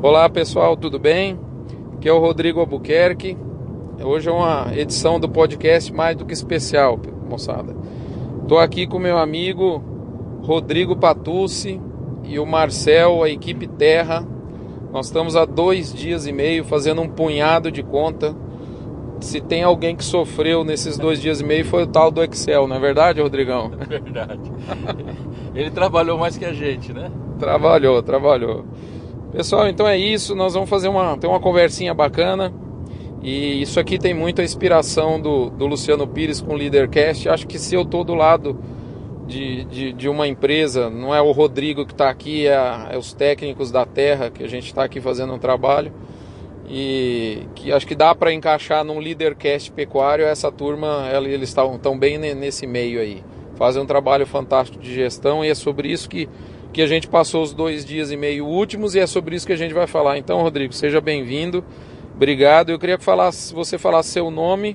Olá pessoal, tudo bem? Aqui é o Rodrigo Albuquerque. Hoje é uma edição do podcast mais do que especial, moçada. Estou aqui com meu amigo Rodrigo Patucci e o Marcel, a equipe Terra. Nós estamos há 2 dias e meio fazendo um punhado de conta. Se tem alguém que sofreu nesses 2 dias e meio foi o tal do Excel, não é verdade, Rodrigão? É verdade. Ele trabalhou mais que a gente, né? Trabalhou. Pessoal, então é isso, nós vamos fazer ter uma conversinha bacana. E isso aqui tem muita inspiração do Luciano Pires com o Leadercast. Acho que se eu estou do lado de uma empresa, não é o Rodrigo que está aqui, é os técnicos da Terra, que a gente está aqui fazendo um trabalho. E que acho que dá para encaixar num Leadercast pecuário. Essa turma, eles estão bem nesse meio aí. Fazem um trabalho fantástico de gestão e é sobre isso que a gente passou os 2 dias e meio últimos e é sobre isso que a gente vai falar. Então, Rodrigo, seja bem-vindo, obrigado. Eu queria que você falasse seu nome,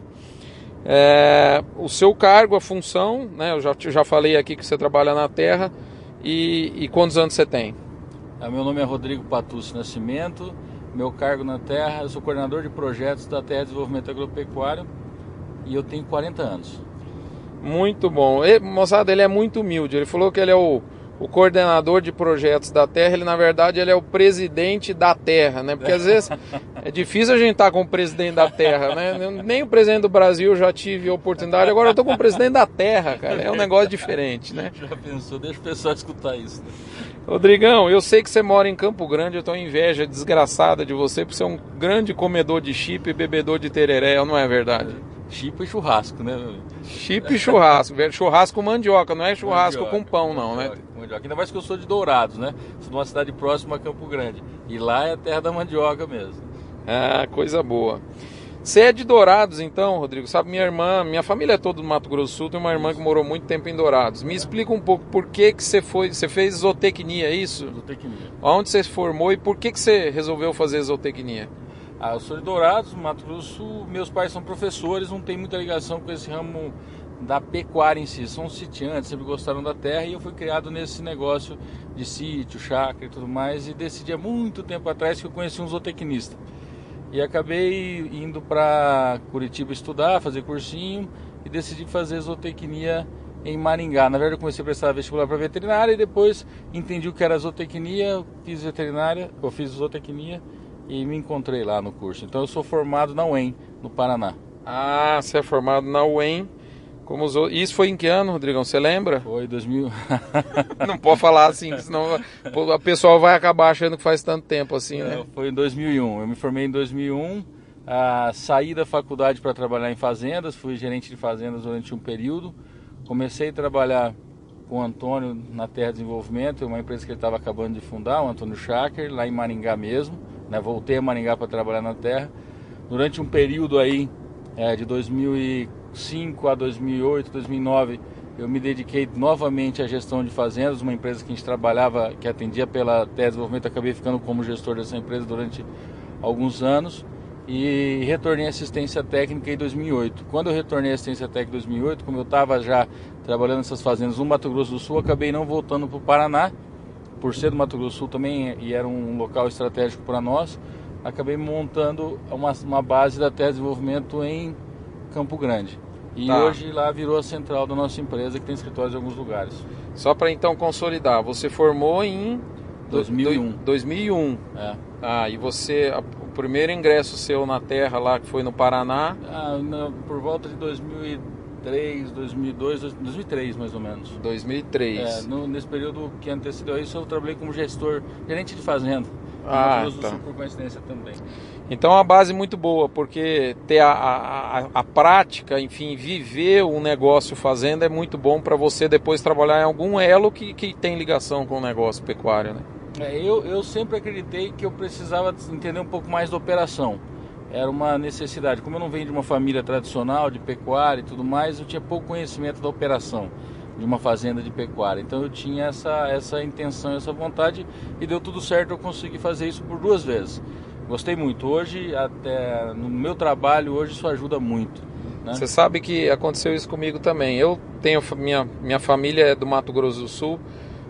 o seu cargo, a função, né? Eu já falei aqui que você trabalha na Terra e quantos anos você tem? Meu nome é Rodrigo Patucci Nascimento, meu cargo na Terra, eu sou coordenador de projetos da Terra de Desenvolvimento Agropecuário e eu tenho 40 anos. Muito bom. Moçada, ele é muito humilde, ele falou que ele é o coordenador de projetos da Terra, ele na verdade ele é o presidente da Terra, né? Porque às vezes é difícil a gente estar com o presidente da Terra, né? Nem o presidente do Brasil eu já tive a oportunidade, agora eu estou com o presidente da Terra, cara. É um negócio diferente, né? Já pensou? Deixa o pessoal escutar isso, né? Rodrigão, eu sei que você mora em Campo Grande, eu tenho inveja desgraçada de você por ser um grande comedor de chip e bebedor de tereré, não é verdade? Chip e churrasco, né? Chip e churrasco, churrasco com mandioca, não é churrasco com pão não, né? Mandioca. Ainda mais que eu sou de Dourados, né? Sou de uma cidade próxima a Campo Grande. E lá é a terra da mandioca mesmo. Ah, coisa boa. Você é de Dourados então, Rodrigo? Sabe, minha família é toda do Mato Grosso do Sul, tem uma irmã que morou muito tempo em Dourados. Me explica um pouco por que você fez zootecnia, é isso? Zootecnia. Onde você se formou e por que você resolveu fazer zootecnia? Eu sou de Dourados, Mato Grosso do Sul. Meus pais são professores, não tem muita ligação com esse ramo da pecuária em si. São sitiantes, sempre gostaram da terra e eu fui criado nesse negócio de sítio, chácara e tudo mais. E decidi há muito tempo atrás que eu conheci um zootecnista. E acabei indo para Curitiba estudar, fazer cursinho e decidi fazer zootecnia em Maringá. Na verdade eu comecei a prestar vestibular para veterinária e depois entendi o que era zootecnia, fiz zootecnia e me encontrei lá no curso. Então eu sou formado na UEM, no Paraná. Ah, você é formado na UEM. Isso foi em que ano, Rodrigão? Você lembra? Foi 2000. Não pode falar assim, senão a pessoa vai acabar achando que faz tanto tempo assim, né? Foi em 2001. Eu me formei em 2001, saí da faculdade para trabalhar em fazendas, fui gerente de fazendas durante um período. Comecei a trabalhar com o Antônio na Terra Desenvolvimento, uma empresa que ele estava acabando de fundar, o Antônio Schacker, lá em Maringá mesmo. Voltei a Maringá para trabalhar na Terra. Durante um período aí de 2005 a 2008, 2009, eu me dediquei novamente à gestão de fazendas, uma empresa que a gente trabalhava, que atendia pela Terra Desenvolvimento, acabei ficando como gestor dessa empresa durante alguns anos e retornei à assistência técnica em 2008. Quando eu retornei à assistência técnica em 2008, como eu estava já trabalhando nessas fazendas no Mato Grosso do Sul, acabei não voltando para o Paraná, por ser do Mato Grosso do Sul também, e era um local estratégico para nós, acabei montando uma base da Terra Desenvolvimento em Campo Grande. E hoje lá virou a central da nossa empresa, que tem escritórios em alguns lugares. Só para então consolidar, você formou em 2001. 2001. E o primeiro ingresso seu na Terra lá, que foi no Paraná? Por volta de 2003, 2002, 2003 mais ou menos. 2003. Nesse período que antecedeu isso, eu trabalhei como gerente de fazenda. Por coincidência também. Então é uma base muito boa, porque ter a prática, enfim, viver um negócio fazenda é muito bom para você depois trabalhar em algum elo que tem ligação com o negócio pecuário, né? Eu sempre acreditei que eu precisava entender um pouco mais da operação. Era uma necessidade. Como eu não venho de uma família tradicional de pecuária e tudo mais, eu tinha pouco conhecimento da operação de uma fazenda de pecuária. Então eu tinha essa intenção, essa vontade e deu tudo certo, eu consegui fazer isso por 2 vezes. Gostei muito. Hoje, até no meu trabalho, hoje isso ajuda muito, né? Você sabe que aconteceu isso comigo também. Eu tenho minha família é do Mato Grosso do Sul.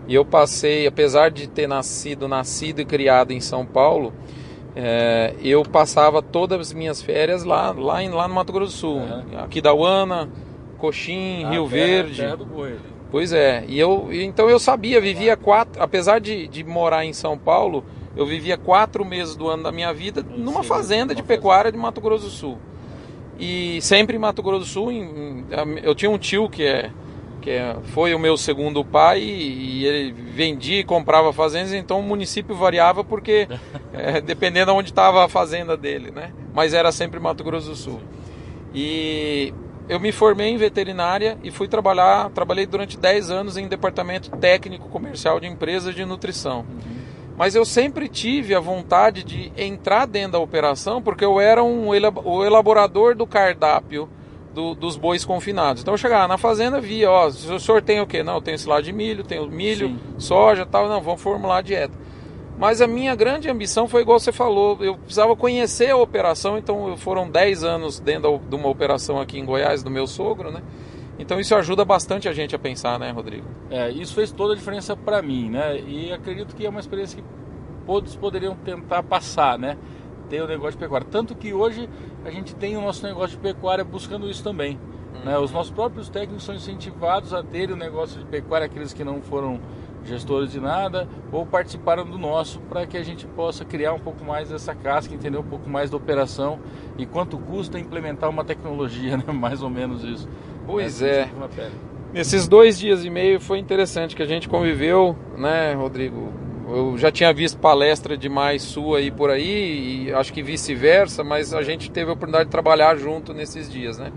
E eu passei, apesar de ter nascido e criado em São Paulo, eu passava todas as minhas férias lá no Mato Grosso do Sul. Aquidauana, Coxim, Rio Verde. Terra do boi. Pois é, então eu sabia, vivia apesar de morar em São Paulo, eu vivia 4 meses do ano da minha vida numa fazenda de pecuária de Mato Grosso do Sul. E sempre em Mato Grosso do Sul, eu tinha um tio que foi o meu segundo pai, e ele vendia e comprava fazendas, então o município variava porque dependendo de onde estava a fazenda dele, né? Mas era sempre Mato Grosso do Sul. E eu me formei em veterinária e trabalhei durante 10 anos em departamento técnico comercial de empresas de nutrição. Mas eu sempre tive a vontade de entrar dentro da operação, porque eu era o elaborador do cardápio dos bois confinados. Então eu chegava na fazenda, via, o senhor tem o quê? Não, eu tenho esse lado de milho, tenho milho, sim, soja, tal, não, vamos formular a dieta. Mas a minha grande ambição foi igual você falou, eu precisava conhecer a operação, então foram 10 anos dentro de uma operação aqui em Goiás, do meu sogro, né? Então isso ajuda bastante a gente a pensar, né, Rodrigo? Isso fez toda a diferença para mim, né? E acredito que é uma experiência que todos poderiam tentar passar, né? Ter o negócio de pecuária. Tanto que hoje a gente tem o nosso negócio de pecuária buscando isso também. Né? Os nossos próprios técnicos são incentivados a ter o negócio de pecuária, aqueles que não foram gestores de nada ou participaram do nosso, para que a gente possa criar um pouco mais dessa casca, entender um pouco mais da operação e quanto custa implementar uma tecnologia, né? Mais ou menos isso. Pois é. Nesses 2 dias e meio foi interessante que a gente conviveu, né, Rodrigo? Eu já tinha visto palestra demais sua aí por aí, e acho que vice-versa, mas a gente teve a oportunidade de trabalhar junto nesses dias, né?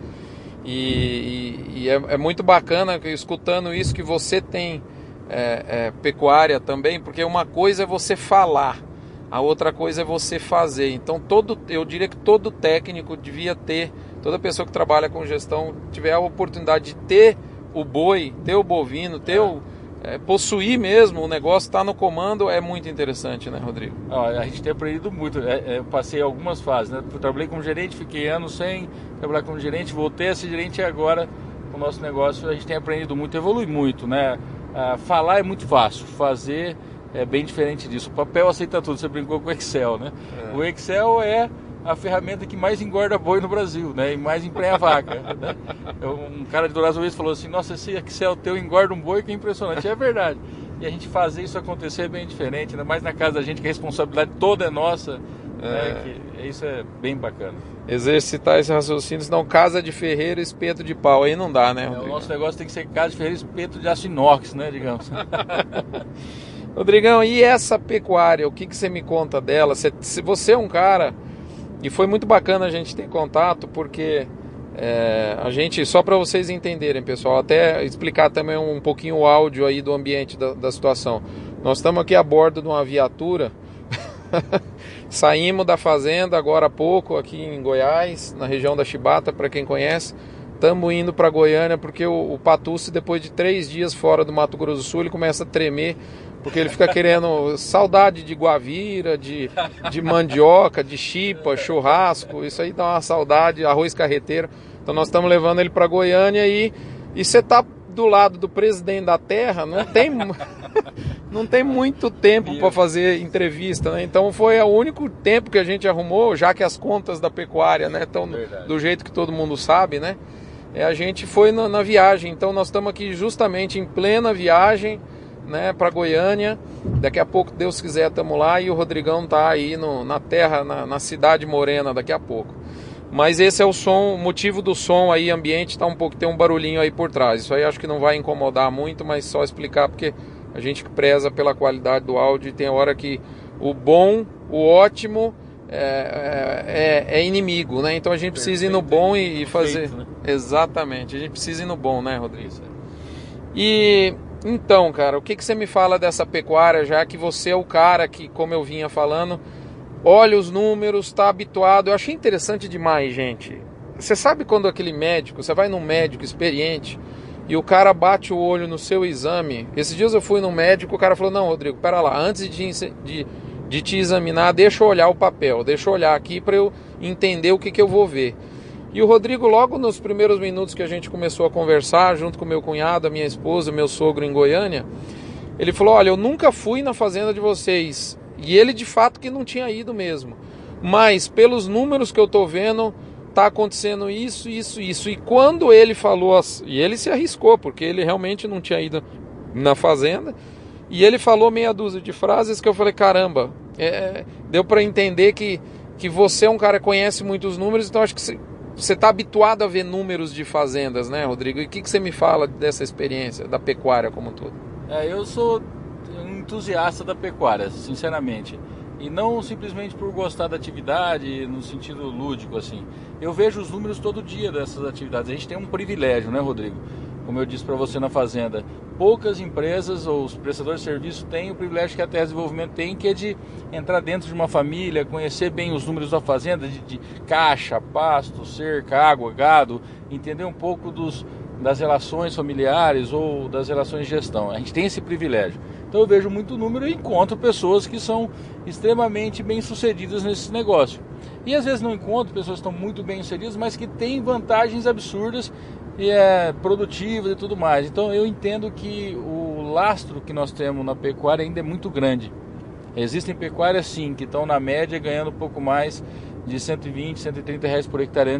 E é muito bacana escutando isso, que você tem pecuária também, porque uma coisa é você falar, a outra coisa é você fazer. Então eu diria que todo técnico devia ter, toda pessoa que trabalha com gestão, tiver a oportunidade de ter o boi, ter o bovino, ter possuir mesmo o negócio, estar no comando, é muito interessante, né, Rodrigo? A gente tem aprendido muito. Eu passei algumas fases, né? Trabalhei como gerente, fiquei anos sem trabalhar como gerente, voltei a ser gerente, e agora o nosso negócio a gente tem aprendido muito, evolui muito, né? Falar é muito fácil, fazer é bem diferente disso. O papel aceita tudo, você brincou com o Excel, né? O Excel é a ferramenta que mais engorda boi no Brasil, né? E mais emprenha vaca, né? Um cara de Dourados falou assim: nossa, esse Excel teu engorda um boi, que é impressionante. É verdade. E a gente fazer isso acontecer é bem diferente, ainda mais na casa da gente, que a responsabilidade toda é nossa, né? Isso é bem bacana. Exercitar esse raciocínio, senão casa de ferreiro, espeto de pau, aí não dá, né, Rodrigo? O nosso negócio tem que ser casa de ferreiro, espeto de aço inox, né, digamos. Rodrigão, e essa pecuária, o que você me conta dela? Se você é um cara, e foi muito bacana a gente ter contato, porque a gente, só para vocês entenderem, pessoal, até explicar também um pouquinho o áudio aí do ambiente da situação. Nós estamos aqui a bordo de uma viatura, saímos da fazenda agora há pouco, aqui em Goiás, na região da Chibata, para quem conhece. Estamos indo para Goiânia, porque o Patucci, depois de 3 dias fora do Mato Grosso do Sul, ele começa a tremer, porque ele fica querendo saudade de guavira, de mandioca, de chipa, churrasco. Isso aí dá uma saudade, arroz carreteiro. Então nós estamos levando ele para Goiânia, e você tá do lado do presidente da terra, não tem muito tempo para fazer entrevista, né? Então foi o único tempo que a gente arrumou, já que as contas da pecuária, né, estão do jeito que todo mundo sabe, né? A gente foi na viagem. Então nós estamos aqui justamente em plena viagem, né, para Goiânia. Daqui a pouco, Deus quiser, estamos lá, e o Rodrigão tá aí na terra, na cidade morena, daqui a pouco. Mas esse é o som, o motivo do som aí, ambiente, tem um barulhinho aí por trás. Isso aí acho que não vai incomodar muito, mas só explicar, porque a gente preza pela qualidade do áudio, e tem hora que o bom, o ótimo é inimigo, né? Então a gente precisa ir no bom e fazer... Feito, né? Exatamente, a gente precisa ir no bom, né, Rodrigo? E então, cara, o que você me fala dessa pecuária, já que você é o cara que, como eu vinha falando, olha os números, está habituado. Eu achei interessante demais, gente. Você sabe quando aquele médico, você vai num médico experiente e o cara bate o olho no seu exame. Esses dias eu fui num médico, o cara falou: não, Rodrigo, pera lá, antes de te examinar, deixa eu olhar o papel, deixa eu olhar aqui para eu entender o que eu vou ver. E o Rodrigo, logo nos primeiros minutos que a gente começou a conversar, junto com meu cunhado, a minha esposa, meu sogro em Goiânia, Ele falou, olha, eu nunca fui na fazenda de vocês. E ele de fato que não tinha ido mesmo. Mas pelos números que eu tô vendo, tá acontecendo isso. E quando ele falou, e ele se arriscou, porque ele realmente não tinha ido na fazenda. E ele falou meia dúzia de frases que eu falei, caramba, deu para entender que você é um cara que conhece muitos números, então acho que você está habituado a ver números de fazendas, né, Rodrigo? E o que você me fala dessa experiência, da pecuária como um todo? Eu sou um entusiasta da pecuária, sinceramente. E não simplesmente por gostar da atividade, no sentido lúdico, assim. Eu vejo os números todo dia dessas atividades. A gente tem um privilégio, né, Rodrigo? Como eu disse para você na fazenda, poucas empresas ou os prestadores de serviço têm o privilégio que a Terra de Desenvolvimento tem, que é de entrar dentro de uma família, conhecer bem os números da fazenda, de caixa, pasto, cerca, água, gado, entender um pouco das relações familiares ou das relações de gestão. A gente tem esse privilégio. Então eu vejo muito número e encontro pessoas que são extremamente bem-sucedidas nesse negócio. E às vezes não encontro pessoas que estão muito bem-sucedidas, mas que têm vantagens absurdas e produtivas e tudo mais. Então eu entendo que o lastro que nós temos na pecuária ainda é muito grande. Existem pecuárias sim, que estão na média ganhando um pouco mais de 120, 130 reais por hectare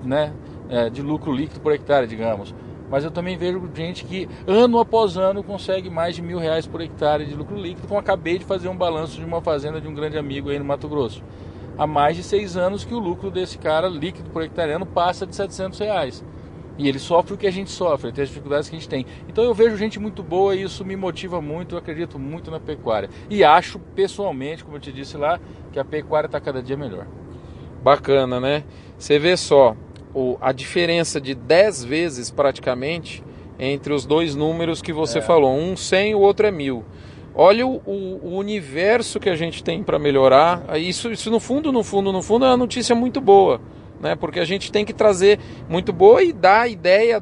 de lucro líquido por hectare, digamos. Mas eu também vejo gente que ano após ano consegue mais de R$1.000 por hectare de lucro líquido, como acabei de fazer um balanço de uma fazenda de um grande amigo aí no Mato Grosso. Há mais de 6 anos que o lucro desse cara líquido por hectare ano passa de R$700. E ele sofre o que a gente sofre, tem as dificuldades que a gente tem. Então eu vejo gente muito boa e isso me motiva muito, eu acredito muito na pecuária. E acho pessoalmente, como eu te disse lá, que a pecuária está cada dia melhor. Bacana, né? Você vê só a diferença de 10 vezes praticamente entre os dois números que você falou. Um 100 e o outro é 1.000. Olha o universo que a gente tem para melhorar. Isso no fundo é uma notícia muito boa, né? Porque a gente tem que trazer muito boa e dar a ideia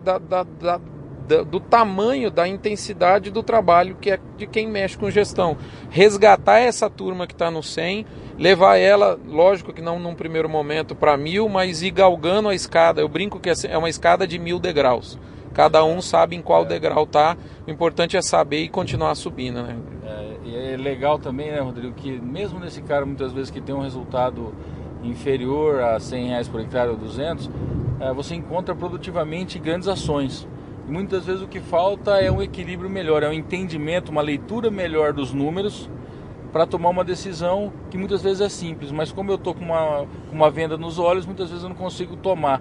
do tamanho, da intensidade do trabalho que é de quem mexe com gestão. Resgatar essa turma que está no 100, levar ela, lógico que não num primeiro momento para 1.000, mas ir galgando a escada. Eu brinco que é uma escada de 1.000 degraus. Cada um sabe em qual degrau tá. O importante é saber e continuar subindo, né? E é legal também, né, Rodrigo, que mesmo nesse cara muitas vezes que tem um resultado inferior a R$100 por hectare ou 200, você encontra produtivamente grandes ações. E muitas vezes o que falta é um equilíbrio melhor, é um entendimento, uma leitura melhor dos números para tomar uma decisão que muitas vezes é simples, mas como eu estou com uma venda nos olhos, muitas vezes eu não consigo tomar.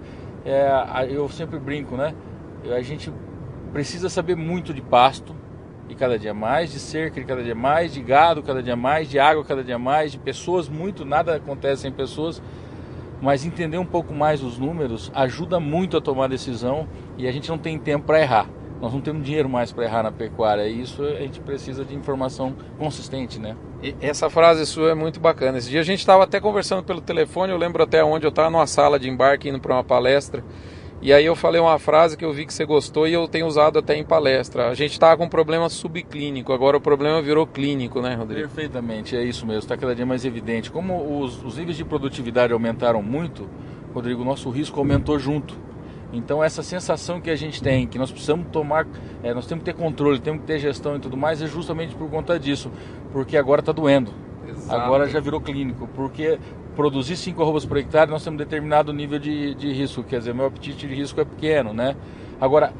Eu sempre brinco, né? A gente precisa saber muito de pasto, e cada dia mais, de cerca de cada dia mais, de gado cada dia mais, de água cada dia mais, de pessoas nada acontece sem pessoas, mas entender um pouco mais os números ajuda muito a tomar decisão e a gente não tem tempo para errar. Nós não temos dinheiro mais para errar na pecuária e isso a gente precisa de informação consistente, né? E essa frase sua é muito bacana. Esse dia a gente estava até conversando pelo telefone, eu lembro até onde eu estava numa sala de embarque indo para uma palestra. E aí eu falei uma frase que eu vi que você gostou e eu tenho usado até em palestra. A gente estava com um problema subclínico, agora o problema virou clínico, né, Rodrigo? Perfeitamente, é isso mesmo, está cada dia mais evidente. Como os níveis de produtividade aumentaram muito, Rodrigo, o nosso risco aumentou junto. Então essa sensação que a gente tem, que nós precisamos tomar, nós temos que ter controle, temos que ter gestão e tudo mais, é justamente por conta disso, porque agora está doendo. Exato. Agora já virou clínico, porque produzir 5 arrobas por hectare nós temos determinado nível de risco, quer dizer, meu apetite de risco é pequeno, né? Agora,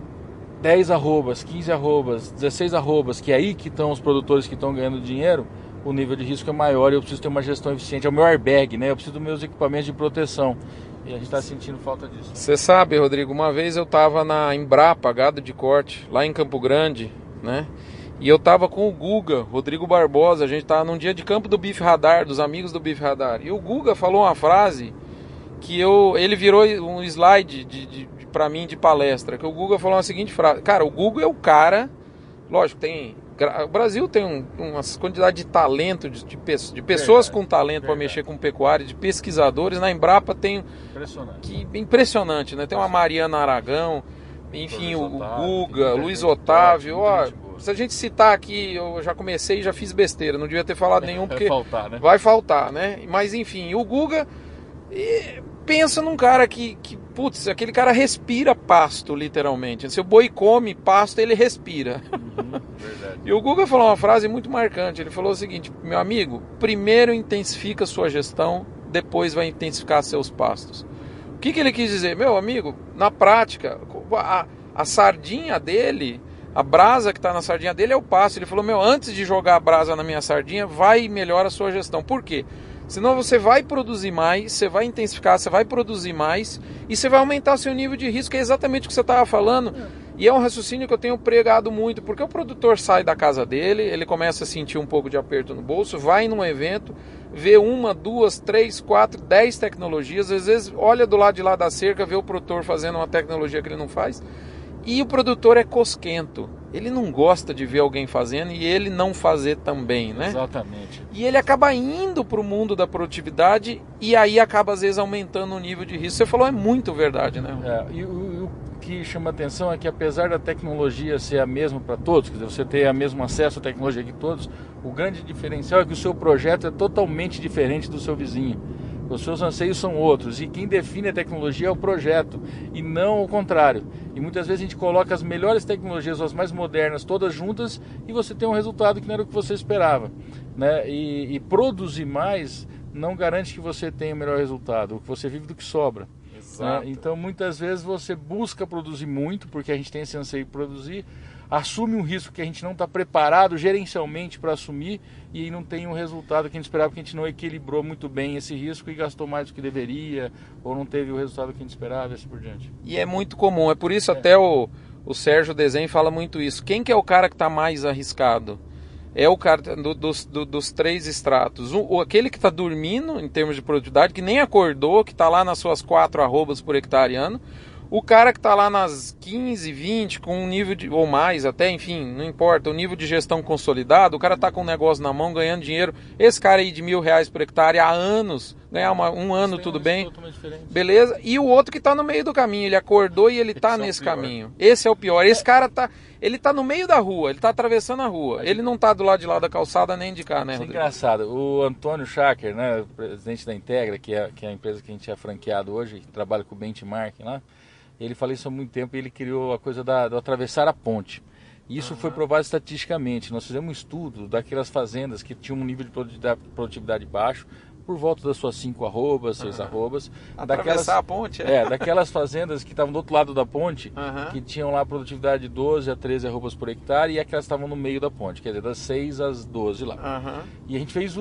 10 arrobas, 15 arrobas, 16 arrobas, que é aí que estão os produtores que estão ganhando dinheiro, o nível de risco é maior e eu preciso ter uma gestão eficiente, é o meu airbag, né? Eu preciso dos meus equipamentos de proteção e a gente está sentindo falta disso. Você sabe, Rodrigo, uma vez eu estava na Embrapa, gado de corte, lá em Campo Grande, né? E eu tava com o Guga, Rodrigo Barbosa, a gente tava num dia de campo do Bife Radar, dos amigos do Bife Radar. E o Guga falou uma frase que ele virou um slide pra mim de palestra, que o Guga falou a seguinte frase. Cara, o Guga é o cara, lógico, o Brasil tem uma quantidade de talento, de pessoas com talento para mexer com pecuária, de pesquisadores. Na Embrapa tem... Impressionante, né? Tem uma Mariana Aragão, enfim, o Guga, Luiz Otávio, se a gente citar aqui, eu já comecei e já fiz besteira, não devia ter falado nenhum, porque vai faltar, né? Vai faltar, né? Mas enfim, o Guga, pensa num cara putz, aquele cara respira pasto, literalmente. Se o boi come pasto, ele respira. Verdade. E o Guga falou uma frase muito marcante. Ele falou o seguinte: meu amigo, primeiro intensifica sua gestão, depois vai intensificar seus pastos. O que ele quis dizer? Meu amigo, na prática, a sardinha dele, a brasa que está na sardinha dele é o pasto. Ele falou, antes de jogar a brasa na minha sardinha, vai e melhora a sua gestão. Por quê? Senão você vai produzir mais, você vai intensificar, você vai produzir mais e você vai aumentar seu nível de risco, que é exatamente o que você estava falando. E é um raciocínio que eu tenho pregado muito, porque o produtor sai da casa dele, ele começa a sentir um pouco de aperto no bolso, vai num evento, vê 1, 2, 3, 4, 10 tecnologias, às vezes olha do lado de lá da cerca, vê o produtor fazendo uma tecnologia que ele não faz, e o produtor é cosquento. Ele não gosta de ver alguém fazendo e ele não fazer também, né? Exatamente. E ele acaba indo para o mundo da produtividade e aí acaba às vezes aumentando o nível de risco. Você falou, é muito verdade, né? E o que chama atenção é que apesar da tecnologia ser a mesma para todos, quer dizer, você ter o mesmo acesso à tecnologia que todos, o grande diferencial é que o seu projeto é totalmente diferente do seu vizinho. Os seus anseios são outros e quem define a tecnologia é o projeto e não o contrário. E muitas vezes a gente coloca as melhores tecnologias, as mais modernas, todas juntas e você tem um resultado que não era o que você esperava, né? E produzir mais não garante que você tenha o melhor resultado, o que você vive do que sobra. Né? Então muitas vezes você busca produzir muito porque a gente tem esse anseio de produzir, assume um risco que a gente não está preparado gerencialmente para assumir e aí não tem um resultado que a gente esperava, porque a gente não equilibrou muito bem esse risco e gastou mais do que deveria, ou não teve o resultado que a gente esperava e assim por diante. E é muito comum, é por isso até o Sérgio Desenho fala muito isso. Quem que é o cara que está mais arriscado? É o cara dos 3 estratos. Aquele que está dormindo em termos de produtividade, que nem acordou, que está lá nas suas 4 arrobas por hectare ano. O cara que está lá nas 15, 20, com um nível de, ou mais até, enfim, não importa, o nível de gestão consolidado, o cara está com um negócio na mão, ganhando dinheiro. Esse cara aí de R$1.000 por hectare há anos, ganhar um ano tudo bem, beleza? E o outro que está no meio do caminho, ele acordou e ele está nesse caminho. Esse é o pior. Esse cara ele está no meio da rua, ele está atravessando a rua. Ele não está do lado de lá da calçada nem de cá, né, Rodrigo? Rodrigo? É engraçado. O Antônio Schacker, né, presidente da Integra, que é a empresa que a gente é franqueado hoje, que trabalha com o benchmarking lá, ele fala isso há muito tempo e ele criou a coisa do atravessar a ponte. E isso foi provado estatisticamente. Nós fizemos um estudo daquelas fazendas que tinham um nível de produtividade baixo, por volta das suas 5 arrobas, 6 arrobas. Atravessar a ponte? Daquelas fazendas que estavam do outro lado da ponte, que tinham lá produtividade de 12 a 13 arrobas por hectare, e aquelas estavam no meio da ponte, quer dizer, das 6 às 12 lá. E a gente fez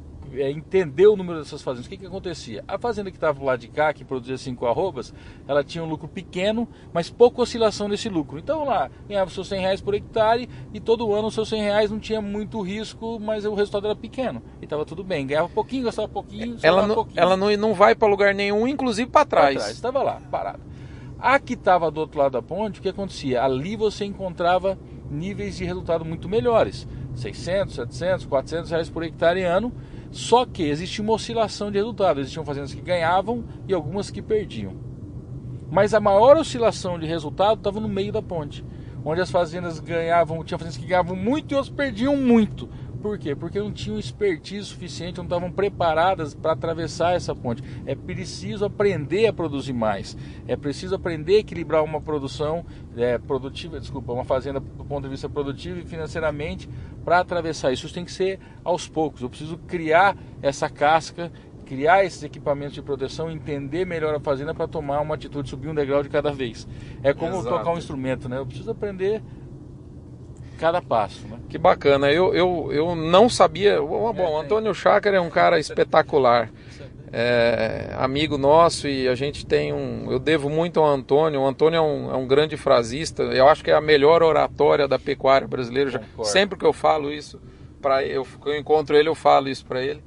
entender o número dessas fazendas. O que acontecia? A fazenda que estava do lado de cá, que produzia 5 arrobas, ela tinha um lucro pequeno, mas pouca oscilação nesse lucro. Então lá, ganhava os seus R$100 por hectare e todo ano os seus R$100 não tinha muito risco, mas o resultado era pequeno. E estava tudo bem, ganhava pouquinho, gastava pouquinho, ela não vai para lugar nenhum, inclusive para trás. Estava lá, parada. A que estava do outro lado da ponte, o que acontecia? Ali você encontrava níveis de resultado muito melhores. 600, 700, R$400 por hectare ano. Só que existia uma oscilação de resultado. Existiam fazendas que ganhavam e algumas que perdiam. Mas a maior oscilação de resultado estava no meio da ponte, onde as fazendas ganhavam, tinha fazendas que ganhavam muito e outras perdiam muito. Por quê? Porque não tinham expertise suficiente, não estavam preparadas para atravessar essa ponte. É preciso aprender a produzir mais. É preciso aprender a equilibrar uma produção produtiva, uma fazenda do ponto de vista produtivo e financeiramente para atravessar isso. Isso tem que ser aos poucos. Eu preciso criar essa casca, criar esses equipamentos de proteção, entender melhor a fazenda para tomar uma atitude, subir um degrau de cada vez. É como tocar um instrumento, né? Eu preciso aprender cada passo, né? Que bacana, eu não sabia. Bom, Antônio Schacker é um cara espetacular, amigo nosso, e a gente tem eu devo muito ao Antônio. O Antônio é um grande frasista, eu acho que é a melhor oratória da pecuária brasileira. Sempre que eu falo isso, eu encontro ele, eu falo isso para ele.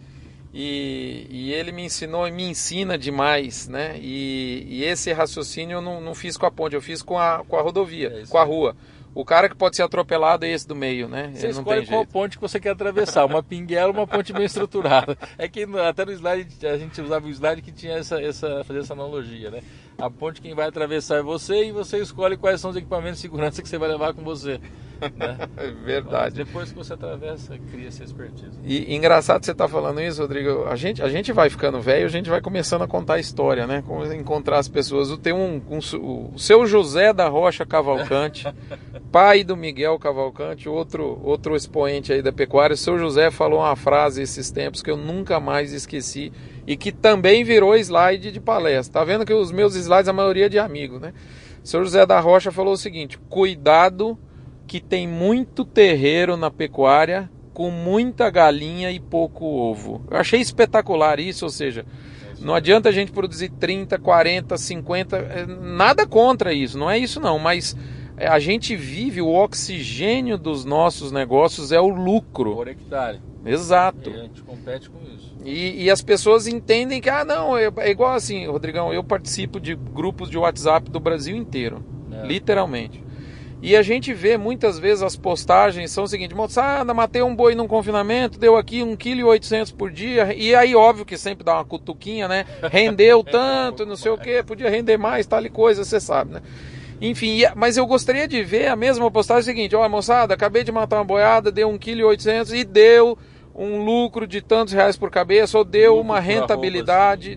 E ele me ensinou e me ensina demais, né? E esse raciocínio eu não fiz com a ponte, eu fiz com a rodovia, com a rua. O cara que pode ser atropelado é esse do meio, né? Você escolhe qual ponte que você quer atravessar, uma pinguela ou uma ponte bem estruturada. É que até no slide, a gente usava um slide que tinha fazer essa analogia, né? A ponte quem vai atravessar é você e você escolhe quais são os equipamentos de segurança que você vai levar com você. Né? É verdade. Mas depois que você atravessa, cria essa expertise. E engraçado você estar falando isso, Rodrigo. A gente vai ficando velho, a gente vai começando a contar a história, né? Como encontrar as pessoas. Tem o seu José da Rocha Cavalcante, pai do Miguel Cavalcante, outro expoente aí da pecuária. O seu José falou uma frase esses tempos que eu nunca mais esqueci e que também virou slide de palestra. Tá vendo que os meus slides, a maioria é de amigo, né? O seu José da Rocha falou o seguinte: cuidado que tem muito terreiro na pecuária com muita galinha e pouco ovo. Eu achei espetacular isso, ou seja, não adianta a gente produzir 30, 40, 50, nada contra isso, não é isso não, mas a gente vive, o oxigênio dos nossos negócios é o lucro. Por hectare. Exato. E a gente compete com isso. E as pessoas entendem que, não, é igual assim, Rodrigão, eu participo de grupos de WhatsApp do Brasil inteiro, literalmente. E a gente vê muitas vezes as postagens são o seguinte: moçada, matei um boi num confinamento, deu aqui 1,8 kg por dia. E aí, óbvio que sempre dá uma cutuquinha, né? Rendeu tanto, não sei o que, podia render mais, tal e coisa, você sabe, né? Enfim, mas eu gostaria de ver a mesma postagem seguinte: ó, moçada, acabei de matar uma boiada, deu 1,8 kg e deu um lucro de tantos reais por cabeça, ou deu uma rentabilidade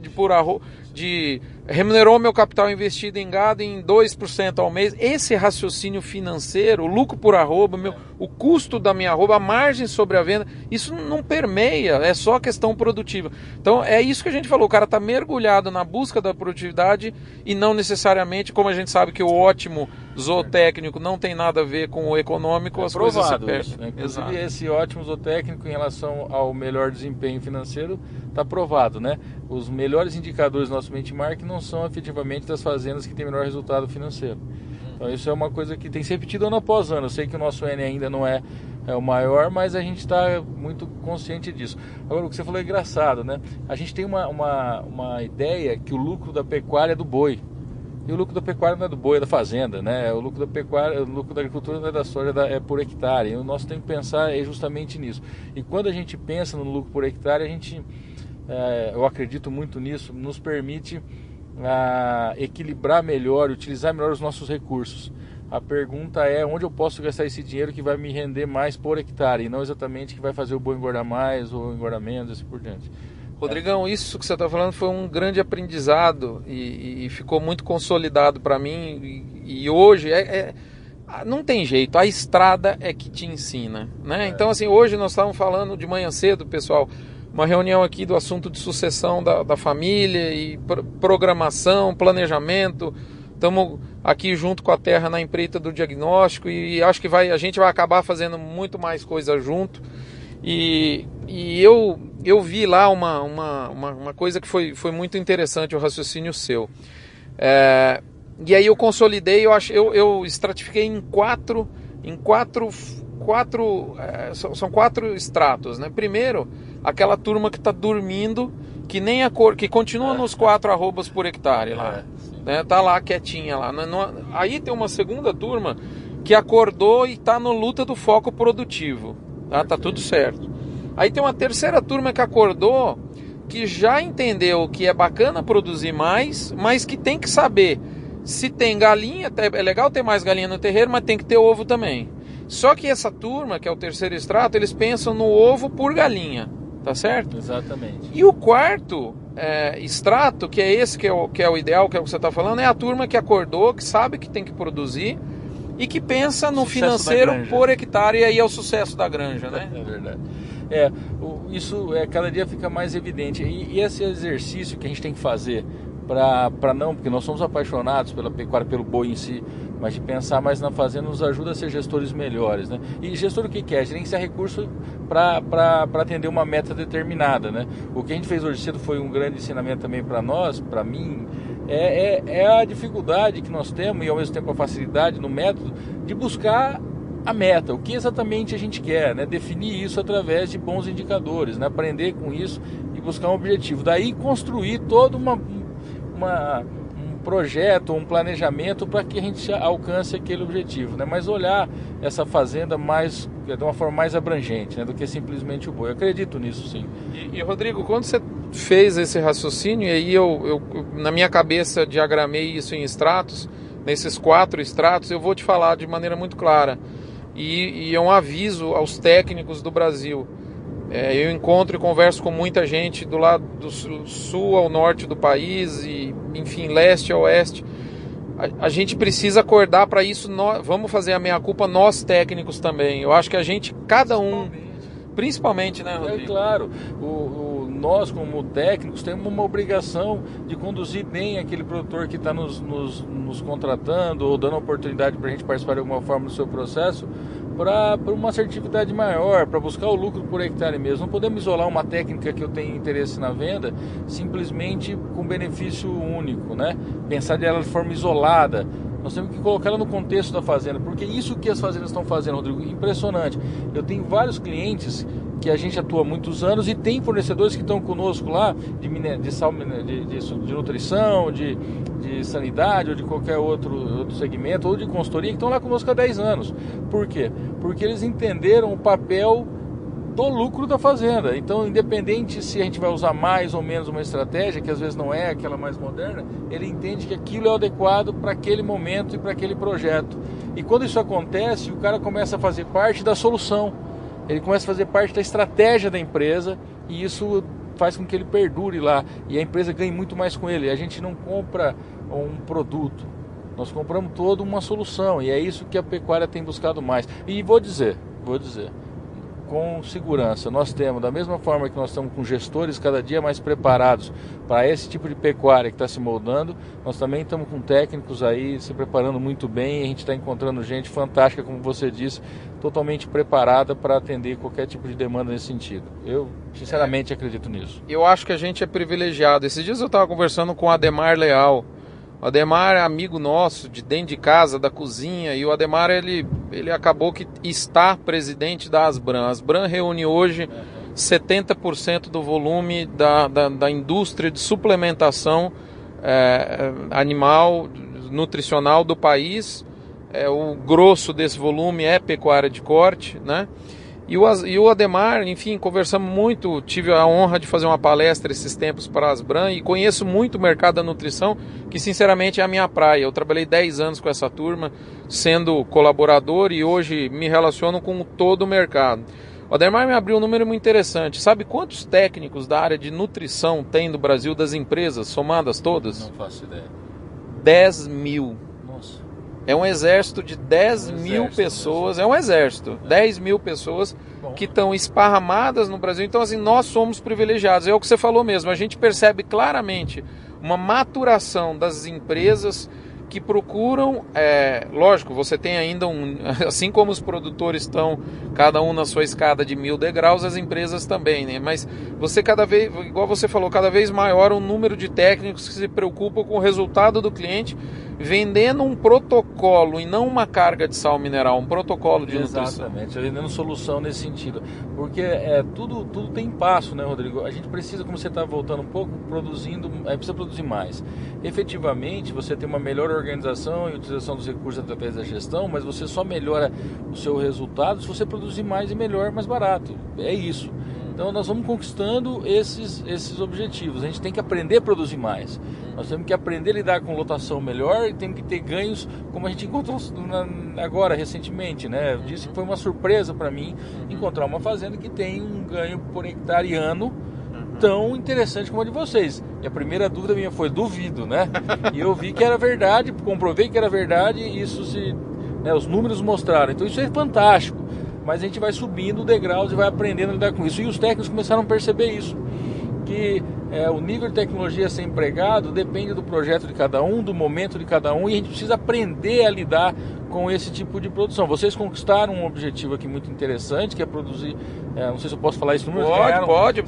de remunerou meu capital investido em gado em 2% ao mês. Esse raciocínio financeiro, o lucro por arroba, o custo da minha arroba, a margem sobre a venda, isso não permeia, é só questão produtiva. Então é isso que a gente falou, o cara está mergulhado na busca da produtividade e não necessariamente, como a gente sabe que o ótimo zootécnico não tem nada a ver com o econômico, as coisas se perdem. Isso, né? Inclusive esse ótimo zootécnico em relação ao melhor desempenho financeiro está provado, né? Os melhores indicadores do nosso benchmark não são efetivamente das fazendas que têm melhor resultado financeiro. Então isso é uma coisa que tem sempre tido ano após ano. Eu sei que o nosso N ainda não é o maior, mas a gente está muito consciente disso. Agora, o que você falou é engraçado, né? A gente tem uma ideia que o lucro da pecuária é do boi. E o lucro da pecuária não é do boi, é da fazenda, né? O lucro da pecuária, o lucro da agricultura não é da soja, é por hectare. E o nosso tem que pensar justamente nisso. E quando a gente pensa no lucro por hectare, a gente, eu acredito muito nisso, nos permite equilibrar melhor, utilizar melhor os nossos recursos. A pergunta é onde eu posso gastar esse dinheiro que vai me render mais por hectare, e não exatamente que vai fazer o boi engordar mais ou engordar menos, assim por diante. Rodrigão, isso que você está falando foi um grande aprendizado e ficou muito consolidado para mim, e hoje não tem jeito, a estrada é que te ensina, né? Então assim, hoje nós estávamos falando de manhã cedo, pessoal, uma reunião aqui do assunto de sucessão da família e programação, planejamento. Estamos aqui junto com a Terra na empreita do diagnóstico e acho que a gente vai acabar fazendo muito mais coisa junto. E eu vi lá uma coisa que foi muito interessante, o raciocínio seu. E aí eu consolidei, eu estratifiquei em quatro são 4 estratos, né? Primeiro, aquela turma que está dormindo, que nem que continua nos 4 arrobas por hectare lá, né? Tá lá quietinha lá. Aí tem uma segunda turma que acordou e está no luta do foco produtivo, tá tudo certo. Aí tem uma terceira turma que acordou, que já entendeu que é bacana produzir mais, mas que tem que saber se tem galinha, é legal ter mais galinha no terreiro, mas tem que ter ovo também. Só que essa turma, que é o terceiro extrato, eles pensam no ovo por galinha, tá certo? Exatamente. E o quarto extrato, que é esse que é o ideal, que é o que você está falando, é a turma que acordou, que sabe que tem que produzir e que pensa no financeiro por hectare, e aí é o sucesso da granja, né? É verdade. Isso cada dia fica mais evidente. E esse exercício que a gente tem que fazer porque nós somos apaixonados pela pecuária, pelo boi em si, mas de pensar mais na fazenda nos ajuda a ser gestores melhores, né? E gestor o que é? Gerenciar recurso para atender uma meta determinada, né? O que a gente fez hoje cedo foi um grande ensinamento também para nós, para mim, é a dificuldade que nós temos e ao mesmo tempo a facilidade no método de buscar a meta, o que exatamente a gente quer, né? Definir isso através de bons indicadores, né? Aprender com isso e buscar um objetivo. Daí construir todo um projeto, um planejamento para que a gente alcance aquele objetivo, né? Mas olhar essa fazenda de uma forma mais abrangente, né? Do que simplesmente o boi. Eu acredito nisso, sim. E Rodrigo, quando você fez esse raciocínio, e aí eu na minha cabeça diagramei isso em estratos, nesses 4 estratos, eu vou te falar de maneira muito clara. e é um aviso aos técnicos do Brasil. Eu encontro e converso com muita gente do lado do sul ao norte do país, e enfim, leste a oeste. A gente precisa acordar para isso. Vamos fazer a meia-culpa nós técnicos também. Eu acho que a gente, cada um, principalmente, né, Rodrigo? Claro, nós como técnicos temos uma obrigação de conduzir bem aquele produtor que está nos contratando ou dando oportunidade para a gente participar de alguma forma do seu processo, para uma assertividade maior, para buscar o lucro por hectare mesmo. Não podemos isolar uma técnica que eu tenho interesse na venda simplesmente com benefício único, né? Pensar dela de forma isolada. Nós temos que colocar ela no contexto da fazenda, porque isso que as fazendas estão fazendo, Rodrigo, impressionante. Eu tenho vários clientes que a gente atua há muitos anos e tem fornecedores que estão conosco lá de nutrição, de sanidade ou de qualquer outro segmento, ou de consultoria, que estão lá conosco há 10 anos. Por quê? Porque eles entenderam o papel do lucro da fazenda. Então, independente se a gente vai usar mais ou menos uma estratégia, que às vezes não é aquela mais moderna, ele entende que aquilo é adequado para aquele momento e para aquele projeto. E quando isso acontece, o cara começa a fazer parte da solução, ele começa a fazer parte da estratégia da empresa, e isso faz com que ele perdure lá e a empresa ganhe muito mais com ele. A gente não compra um produto, nós compramos toda uma solução, e é isso que a pecuária tem buscado mais. E vou dizer, com segurança, nós temos, da mesma forma que nós estamos com gestores cada dia mais preparados para esse tipo de pecuária que está se moldando, nós também estamos com técnicos aí se preparando muito bem, e a gente está encontrando gente fantástica, como você disse, totalmente preparada para atender qualquer tipo de demanda nesse sentido. Eu sinceramente acredito nisso. Eu acho que a gente é privilegiado. Esses dias eu estava conversando com o Ademar Leal. O Ademar é amigo nosso, de dentro de casa, da cozinha, e o Ademar ele acabou que está presidente da Asbram. A Asbram reúne hoje 70% do volume da indústria de suplementação animal, nutricional do país. O grosso desse volume é pecuária de corte, né? E o Ademar, enfim, conversamos muito, tive a honra de fazer uma palestra esses tempos para a Asbram, e conheço muito o mercado da nutrição, que sinceramente é a minha praia. Eu trabalhei 10 anos com essa turma, sendo colaborador, e hoje me relaciono com todo o mercado. O Ademar me abriu um número muito interessante. Sabe quantos técnicos da área de nutrição tem no Brasil, das empresas, somadas todas? Não faço ideia. 10 mil. Nossa. É um exército de 10 mil pessoas, mesmo. É um exército, 10 mil pessoas que estão esparramadas no Brasil. Então, assim, nós somos privilegiados. É o que você falou mesmo, a gente percebe claramente uma maturação das empresas que procuram, lógico, você tem ainda assim como os produtores estão, cada um na sua escada de 1000 degraus, as empresas também, né? Mas você cada vez, igual você falou, cada vez maior o número de técnicos que se preocupam com o resultado do cliente, vendendo um protocolo e não uma carga de sal mineral, um protocolo de nutrição. Exatamente, vendendo solução nesse sentido, porque tudo tem passo, né, Rodrigo? A gente precisa, como você está voltando um pouco, precisa produzir mais. Efetivamente, você tem uma melhor organização e utilização dos recursos através da gestão, mas você só melhora o seu resultado se você produzir mais e melhor, mais barato. É isso. Então nós vamos conquistando esses objetivos. A gente tem que aprender a produzir mais. Nós temos que aprender a lidar com lotação melhor e temos que ter ganhos, como a gente encontrou agora, recentemente, né? Eu disse que foi uma surpresa para mim encontrar uma fazenda que tem um ganho por hectare ano tão interessante como a de vocês. E a primeira dúvida minha foi, duvido, né? E eu vi que era verdade, comprovei que era verdade, e isso os números mostraram. Então isso é fantástico. Mas a gente vai subindo degraus e vai aprendendo a lidar com isso. E os técnicos começaram a perceber isso, que o nível de tecnologia a ser empregado depende do projeto de cada um, do momento de cada um, e a gente precisa aprender a lidar com esse tipo de produção. Vocês conquistaram um objetivo aqui muito interessante, que é produzir, não sei se eu posso falar isso, pode,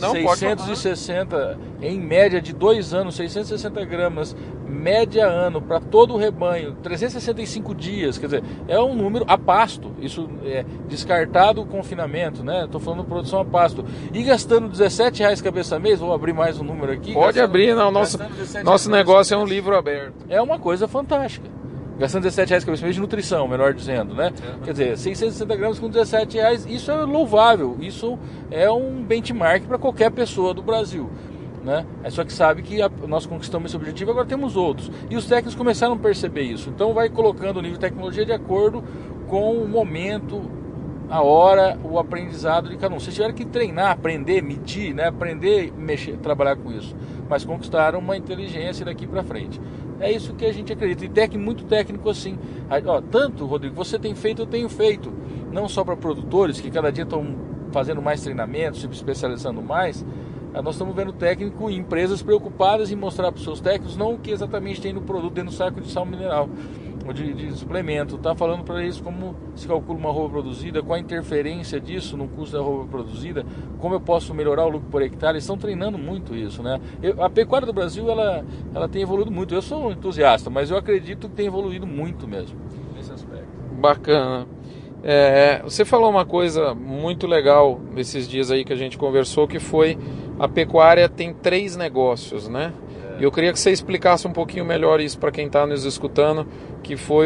660 em média de 2 anos, 660 gramas média ano para todo o rebanho, 365 dias, quer dizer, é um número a pasto, isso é descartado o confinamento, né? Estou falando de produção a pasto, e gastando R$17 cabeça mês, vou abrir mais um número aqui. Pode abrir, não, nosso negócio é um livro aberto. É uma coisa fantástica. Gastando R$17 cabeça mês de nutrição, melhor dizendo, né? Quer dizer, 660 gramas com R$17, isso é louvável, isso é um benchmark para qualquer pessoa do Brasil, né? É só que sabe que nós conquistamos esse objetivo, agora temos outros. E os técnicos começaram a perceber isso. Então vai colocando o nível de tecnologia de acordo com o momento a hora o aprendizado de cada um. Vocês tiveram que treinar, aprender, medir, né? Aprender, mexer, trabalhar com isso, mas conquistaram uma inteligência daqui para frente. É isso que a gente acredita, e muito técnico assim. Tanto, Rodrigo, você tem feito, eu tenho feito, não só para produtores que cada dia estão fazendo mais treinamentos, se especializando mais. Nós estamos vendo técnico e empresas preocupadas em mostrar para os seus técnicos não o que exatamente tem no produto dentro do saco de sal mineral ou de suplemento. Está falando para eles como se calcula uma arroba produzida, qual a interferência disso no custo da arroba produzida, como eu posso melhorar o lucro por hectare. Eles estão treinando muito isso, né? A pecuária do Brasil ela tem evoluído muito. Eu sou um entusiasta, mas eu acredito que tem evoluído muito mesmo nesse aspecto. Bacana. Você falou uma coisa muito legal nesses dias aí que a gente conversou, que foi a pecuária tem 3 negócios, né? E eu queria que você explicasse um pouquinho melhor isso para quem está nos escutando, que foi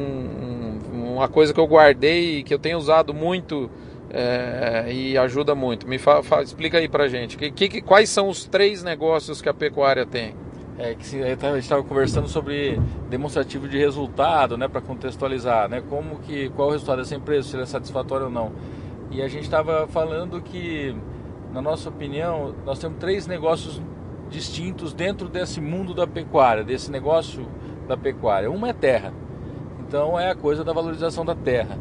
uma coisa que eu guardei e que eu tenho usado muito e ajuda muito. Explica aí para a gente, quais são os 3 negócios que a pecuária tem? A gente estava conversando sobre demonstrativo de resultado, né, para contextualizar, né, qual é o resultado dessa empresa, se ele é satisfatório ou não. E a gente estava falando que, na nossa opinião, nós temos 3 negócios distintos dentro desse mundo da pecuária, desse negócio da pecuária. Uma é terra, então é a coisa da valorização da terra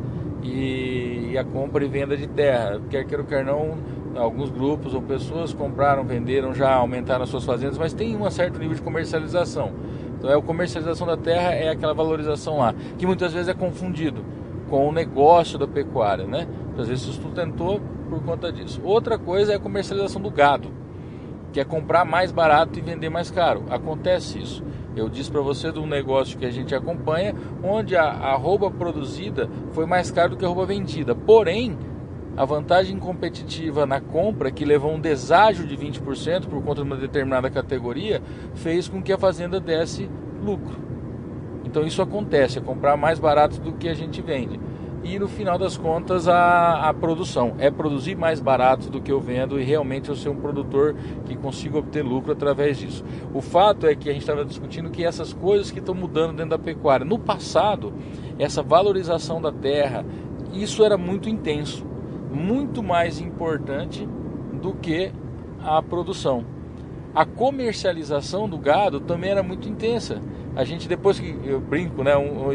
e a compra e venda de terra, quer queira ou quer não. Alguns grupos ou pessoas compraram, venderam, já aumentaram as suas fazendas, mas tem um certo nível de comercialização. Então a comercialização da terra é aquela valorização lá, que muitas vezes é confundido com o negócio da pecuária, né? Às vezes se sustentou por conta disso. Outra coisa é a comercialização do gado, que é comprar mais barato e vender mais caro. Acontece isso. Eu disse para você de um negócio que a gente acompanha, onde a arroba produzida foi mais cara do que a arroba vendida. Porém, a vantagem competitiva na compra, que levou um deságio de 20% por conta de uma determinada categoria, fez com que a fazenda desse lucro. Então isso acontece, é comprar mais barato do que a gente vende. E no final das contas a produção é produzir mais barato do que eu vendo e realmente eu ser um produtor que consiga obter lucro através disso. O fato é que a gente estava discutindo que essas coisas que estão mudando dentro da pecuária. No passado, essa valorização da terra, isso era muito intenso, muito mais importante do que a produção. A comercialização do gado também era muito intensa. A gente, depois que eu brinco, né, o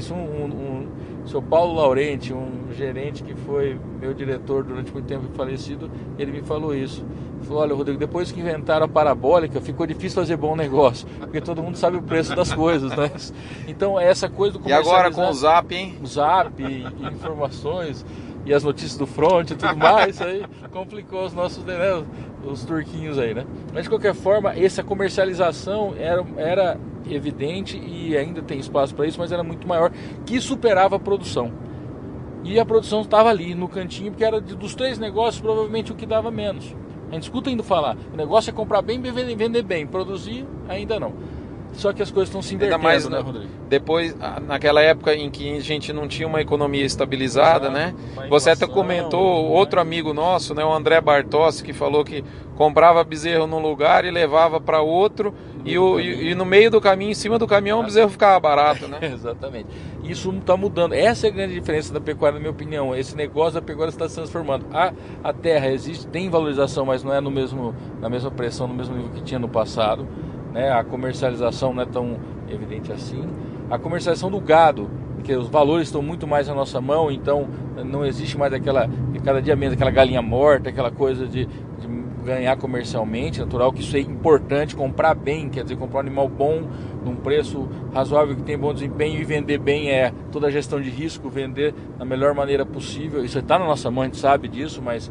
seu Paulo Laurenti, um gerente que foi meu diretor durante muito tempo falecido, ele me falou isso. Ele falou: olha, Rodrigo, depois que inventaram a parabólica, ficou difícil fazer bom negócio, porque todo mundo sabe o preço das coisas, né? Então essa coisa do comercializar... E agora com o Zap, hein? O Zap e informações e as notícias do front e tudo mais, isso aí complicou os nossos, né, os turquinhos aí, né? Mas de qualquer forma, essa comercialização era evidente e ainda tem espaço para isso, mas era muito maior, que superava a produção. E a produção estava ali no cantinho, porque era dos 3 negócios provavelmente o que dava menos. A gente escuta indo falar, o negócio é comprar bem e vender bem, produzir ainda não. Só que as coisas estão se invertendo, mais, né, Rodrigo? Depois, naquela época em que a gente não tinha uma economia estabilizada, né? Você até comentou, outro amigo nosso, né, o André Bartossi, que falou que comprava bezerro num lugar e levava para outro, e no meio do caminho, em cima do caminhão, o bezerro ficava barato, né? Exatamente. Isso está mudando. Essa é a grande diferença da pecuária, na minha opinião. Esse negócio da pecuária está se transformando. A terra existe, tem valorização, mas não é na mesma pressão, no mesmo nível que tinha no passado. Né? A comercialização não é tão evidente assim. A comercialização do gado, porque os valores estão muito mais na nossa mão, então não existe mais cada dia menos aquela galinha morta, aquela coisa de ganhar comercialmente, natural, que isso é importante, comprar bem, quer dizer, comprar um animal bom, num preço razoável, que tem bom desempenho, e vender bem é toda a gestão de risco, vender da melhor maneira possível. Isso está na nossa mão, a gente sabe disso, mas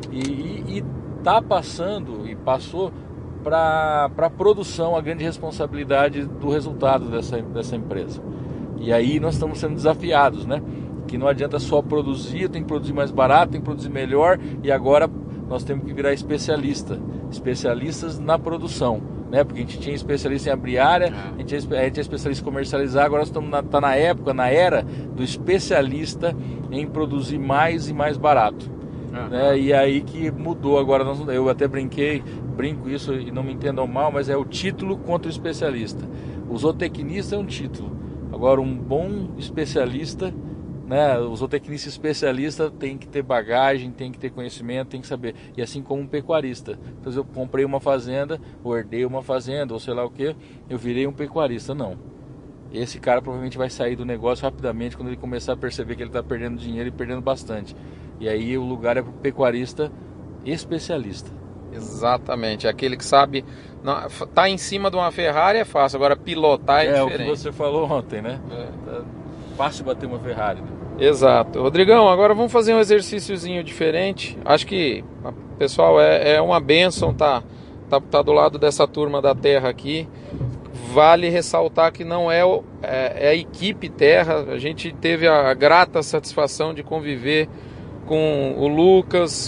e está passando e passou para a produção a grande responsabilidade do resultado dessa empresa. E aí nós estamos sendo desafiados, né? Que não adianta só produzir, tem que produzir mais barato, tem que produzir melhor, e agora nós temos que virar especialistas na produção, né? Porque a gente tinha especialista em abrir área, a gente é especialista em comercializar, agora nós estamos na era do especialista em produzir mais e mais barato. Né? E aí que mudou agora, eu até brinco isso e não me entendam mal, mas é o título contra o especialista. O zootecnista é um título, agora um bom especialista né? O zootecnista especialista tem que ter bagagem, tem que ter conhecimento, tem que saber. E assim como um pecuarista. Então, eu comprei uma fazenda, ou herdei uma fazenda, ou sei lá o que, eu virei um pecuarista. Não. Esse cara provavelmente vai sair do negócio rapidamente quando ele começar a perceber que ele está perdendo dinheiro e perdendo bastante. E aí o lugar é para o pecuarista especialista. Exatamente, aquele que sabe, tá em cima de uma Ferrari é fácil, agora pilotar é diferente. É o que você falou ontem, né? Tá fácil bater uma Ferrari, né? Exato. Rodrigão, agora vamos fazer um exercíciozinho diferente. Acho que, pessoal, é uma bênção tá do lado dessa turma da Terra aqui. Vale ressaltar que não é a equipe Terra. A gente teve a grata satisfação de conviver com o Lucas,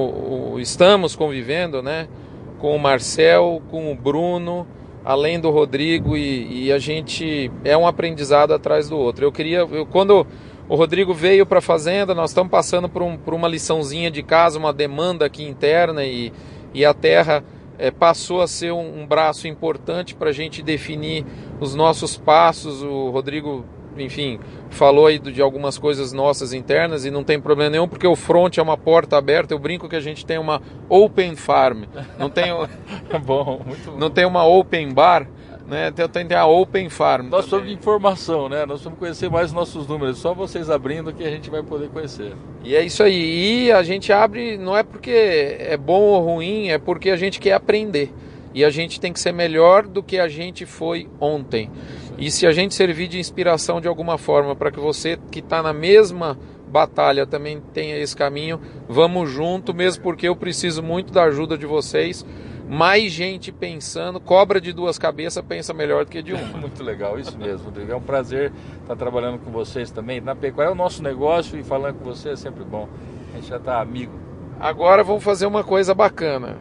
estamos convivendo, né? Com o Marcel, com o Bruno, além do Rodrigo, e a gente é um aprendizado atrás do outro. Quando o Rodrigo veio para a fazenda, nós estamos passando por uma liçãozinha de casa, uma demanda aqui interna, e a Terra passou a ser um braço importante para a gente definir os nossos passos. O Rodrigo, enfim, falou aí de algumas coisas nossas internas e não tem problema nenhum, porque o front é uma porta aberta. Eu brinco que a gente tem uma open farm, não tem, bom, muito bom. Não tem uma open bar, né? Tem a open farm. Nós precisamos de informação, né? Nós vamos conhecer mais os nossos números, só vocês abrindo que a gente vai poder conhecer. E é isso aí, e a gente abre, não é porque é bom ou ruim, é porque a gente quer aprender. E a gente tem que ser melhor do que a gente foi ontem. E se a gente servir de inspiração de alguma forma para que você que está na mesma batalha também tenha esse caminho, vamos junto, mesmo porque eu preciso muito da ajuda de vocês. Mais gente pensando, cobra de duas cabeças pensa melhor do que de uma. Muito legal, isso mesmo, Rodrigo. É um prazer estar trabalhando com vocês também. Na pecuária é o nosso negócio e falando com você é sempre bom. A gente já está amigo. Agora vamos fazer uma coisa bacana.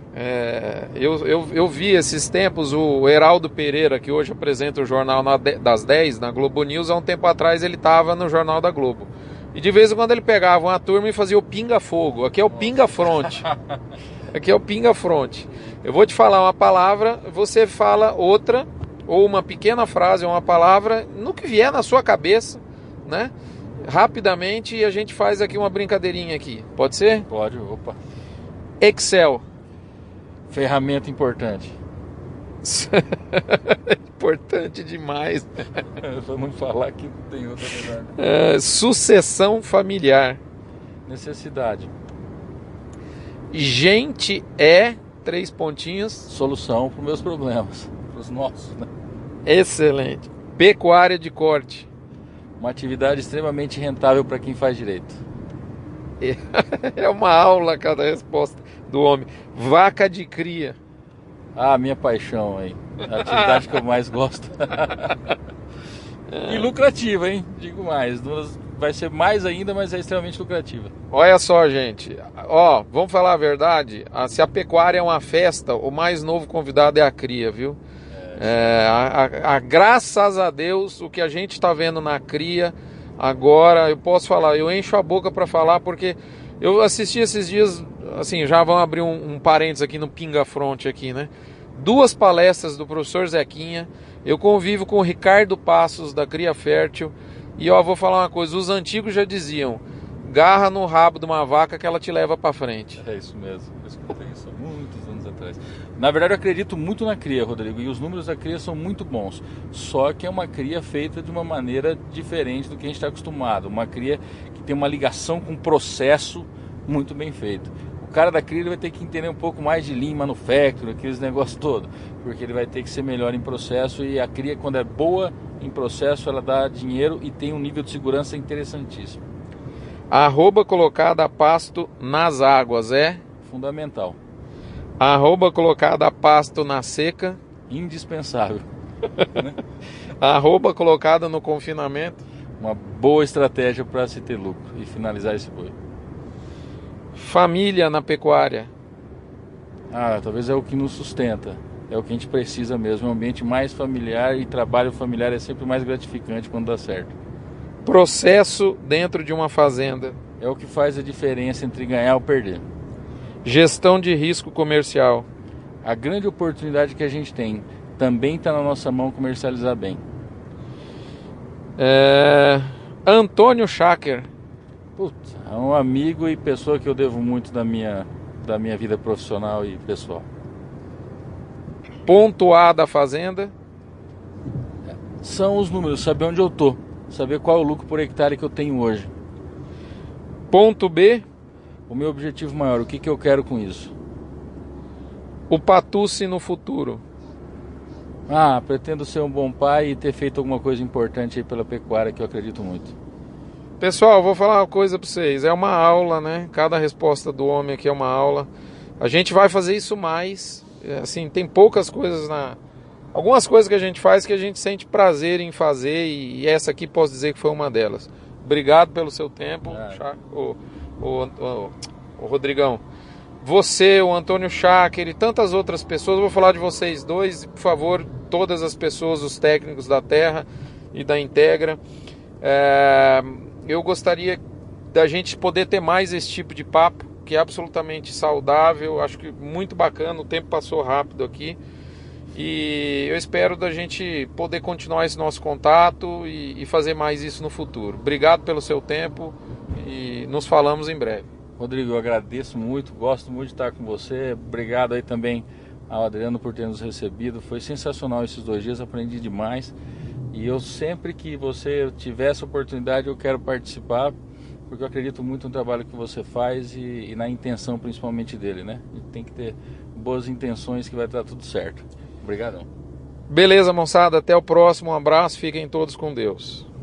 Eu vi esses tempos o Heraldo Pereira, que hoje apresenta o Jornal das 10 na Globo News. Há um tempo atrás ele estava no Jornal da Globo. E de vez em quando ele pegava uma turma e fazia o pinga-fogo. Aqui é o pinga-fronte. Aqui é o pinga-fronte. Eu vou te falar uma palavra, você fala outra, ou uma pequena frase, ou uma palavra, no que vier na sua cabeça, né? Rapidamente, e a gente faz aqui uma brincadeirinha aqui. Pode ser? Pode, opa. Excel. Ferramenta importante. Importante demais. Para não falar que tem outra melhor. Sucessão familiar. Necessidade. Gente é... 3 pontinhos. Solução para os meus problemas. Para os nossos, né? Excelente. Pecuária de corte. Uma atividade extremamente rentável para quem faz direito. É uma aula cada resposta do homem. Vaca de cria. Ah, minha paixão aí. A atividade que eu mais gosto. E lucrativa, hein? Digo mais. Vai ser mais ainda, mas é extremamente lucrativa. Olha só, gente. Vamos falar a verdade. Se a pecuária é uma festa, o mais novo convidado é a cria, viu? Graças a Deus, o que a gente está vendo na cria, agora eu posso falar, eu encho a boca para falar, porque eu assisti esses dias, assim, já vamos abrir um parênteses aqui no Pinga Front aqui, né? 2 palestras do professor Zequinha, eu convivo com o Ricardo Passos da Cria Fértil, e vou falar uma coisa, os antigos já diziam, garra no rabo de uma vaca que ela te leva para frente. É isso mesmo, eu escutei isso há muitos anos atrás. Na verdade eu acredito muito na cria, Rodrigo, e os números da cria são muito bons, só que é uma cria feita de uma maneira diferente do que a gente está acostumado, uma cria que tem uma ligação com um processo muito bem feito. O cara da cria ele vai ter que entender um pouco mais de Lean Manufacturing, aqueles negócios todos, porque ele vai ter que ser melhor em processo, e a cria, quando é boa em processo, ela dá dinheiro e tem um nível de segurança interessantíssimo. A arroba colocada a pasto nas águas é? Fundamental. A arroba colocada a pasto na seca? Indispensável. A arroba colocada no confinamento? Uma boa estratégia para se ter lucro e finalizar esse boi. Família na pecuária? Talvez é o que nos sustenta. É o que a gente precisa mesmo. Um ambiente mais familiar, e trabalho familiar é sempre mais gratificante quando dá certo. Processo dentro de uma fazenda? É o que faz a diferença entre ganhar ou perder. Gestão de risco comercial? A grande oportunidade que a gente tem também está na nossa mão comercializar bem. Antônio Schacker. Putz, é um amigo e pessoa que eu devo muito da minha vida profissional e pessoal. Ponto A da fazenda. São os números, saber onde eu tô, saber qual é o lucro por hectare que eu tenho hoje. Ponto B. O meu objetivo maior, o que eu quero com isso? O Patucci no futuro. Pretendo ser um bom pai e ter feito alguma coisa importante aí pela pecuária, que eu acredito muito. Pessoal, vou falar uma coisa para vocês. É uma aula, né? Cada resposta do homem aqui é uma aula. A gente vai fazer isso mais. Assim, tem poucas coisas algumas coisas que a gente faz que a gente sente prazer em fazer, e essa aqui posso dizer que foi uma delas. Obrigado pelo seu tempo, o Rodrigão. Você, o Antônio Schacker e tantas outras pessoas, vou falar de vocês dois, e, por favor, todas as pessoas, os técnicos da Terra e da Integra. Eu gostaria da gente poder ter mais esse tipo de papo, que é absolutamente saudável, acho que muito bacana, o tempo passou rápido aqui. E eu espero da gente poder continuar esse nosso contato e fazer mais isso no futuro. Obrigado pelo seu tempo e nos falamos em breve. Rodrigo, eu agradeço muito, gosto muito de estar com você. Obrigado aí também ao Adriano por ter nos recebido. Foi sensacional esses 2 dias, aprendi demais. E eu sempre que você tiver essa oportunidade, eu quero participar, porque eu acredito muito no trabalho que você faz e na intenção principalmente dele, né? A gente tem que ter boas intenções que vai dar tudo certo. Obrigadão. Beleza, moçada, até o próximo, um abraço, fiquem todos com Deus.